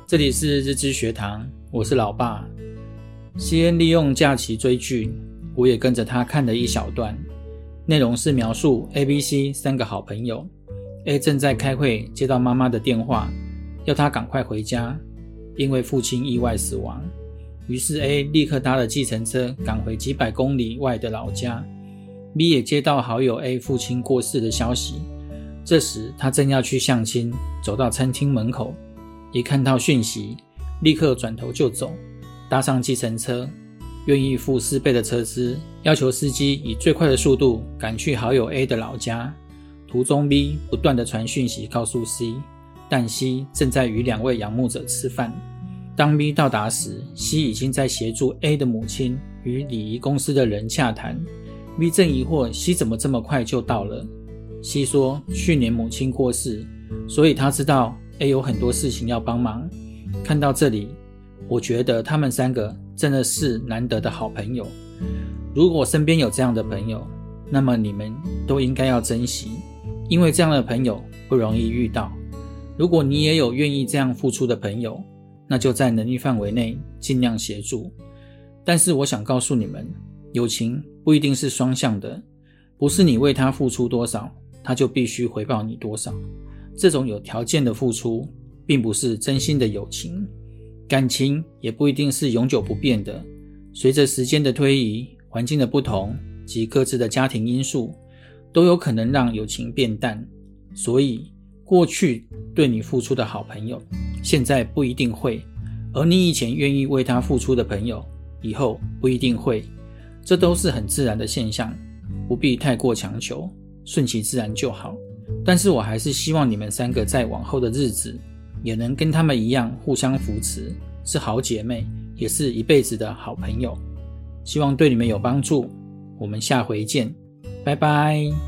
这里是日知学堂，我是老爸。西恩利用假期追剧，我也跟着他看了一小段。内容是描述 A、B、C 三个好朋友。A 正在开会，接到妈妈的电话，要他赶快回家，因为父亲意外死亡。于是 A 立刻搭了计程车赶回几百公里外的老家。B 也接到好友 A 父亲过世的消息，这时他正要去相亲，走到餐厅门口，一看到讯息，立刻转头就走，搭上计程车，愿意付4倍的车资，要求司机以最快的速度赶去好友 A 的老家。途中 B 不断地传讯息告诉 C， 但 C 正在与2位仰慕者吃饭。当 B 到达时， C 已经在协助 A 的母亲与礼仪公司的人洽谈。B 正疑惑 C 怎么这么快就到了。 C 说去年母亲过世，所以他知道 A 有很多事情要帮忙。看到这里，我觉得他们3个真的是难得的好朋友。如果身边有这样的朋友，那么你们都应该要珍惜，因为这样的朋友不容易遇到。如果你也有愿意这样付出的朋友，那就在能力范围内尽量协助。但是我想告诉你们，友情不一定是双向的，不是你为他付出多少，他就必须回报你多少。这种有条件的付出并不是真心的友情。感情也不一定是永久不变的，随着时间的推移，环境的不同及各自的家庭因素，都有可能让友情变淡。所以过去对你付出的好朋友，现在不一定会，而你以前愿意为他付出的朋友，以后不一定会。这都是很自然的现象，不必太过强求，顺其自然就好。但是我还是希望你们3个在往后的日子也能跟他们一样互相扶持，是好姐妹，也是一辈子的好朋友。希望对你们有帮助，我们下回见，拜拜。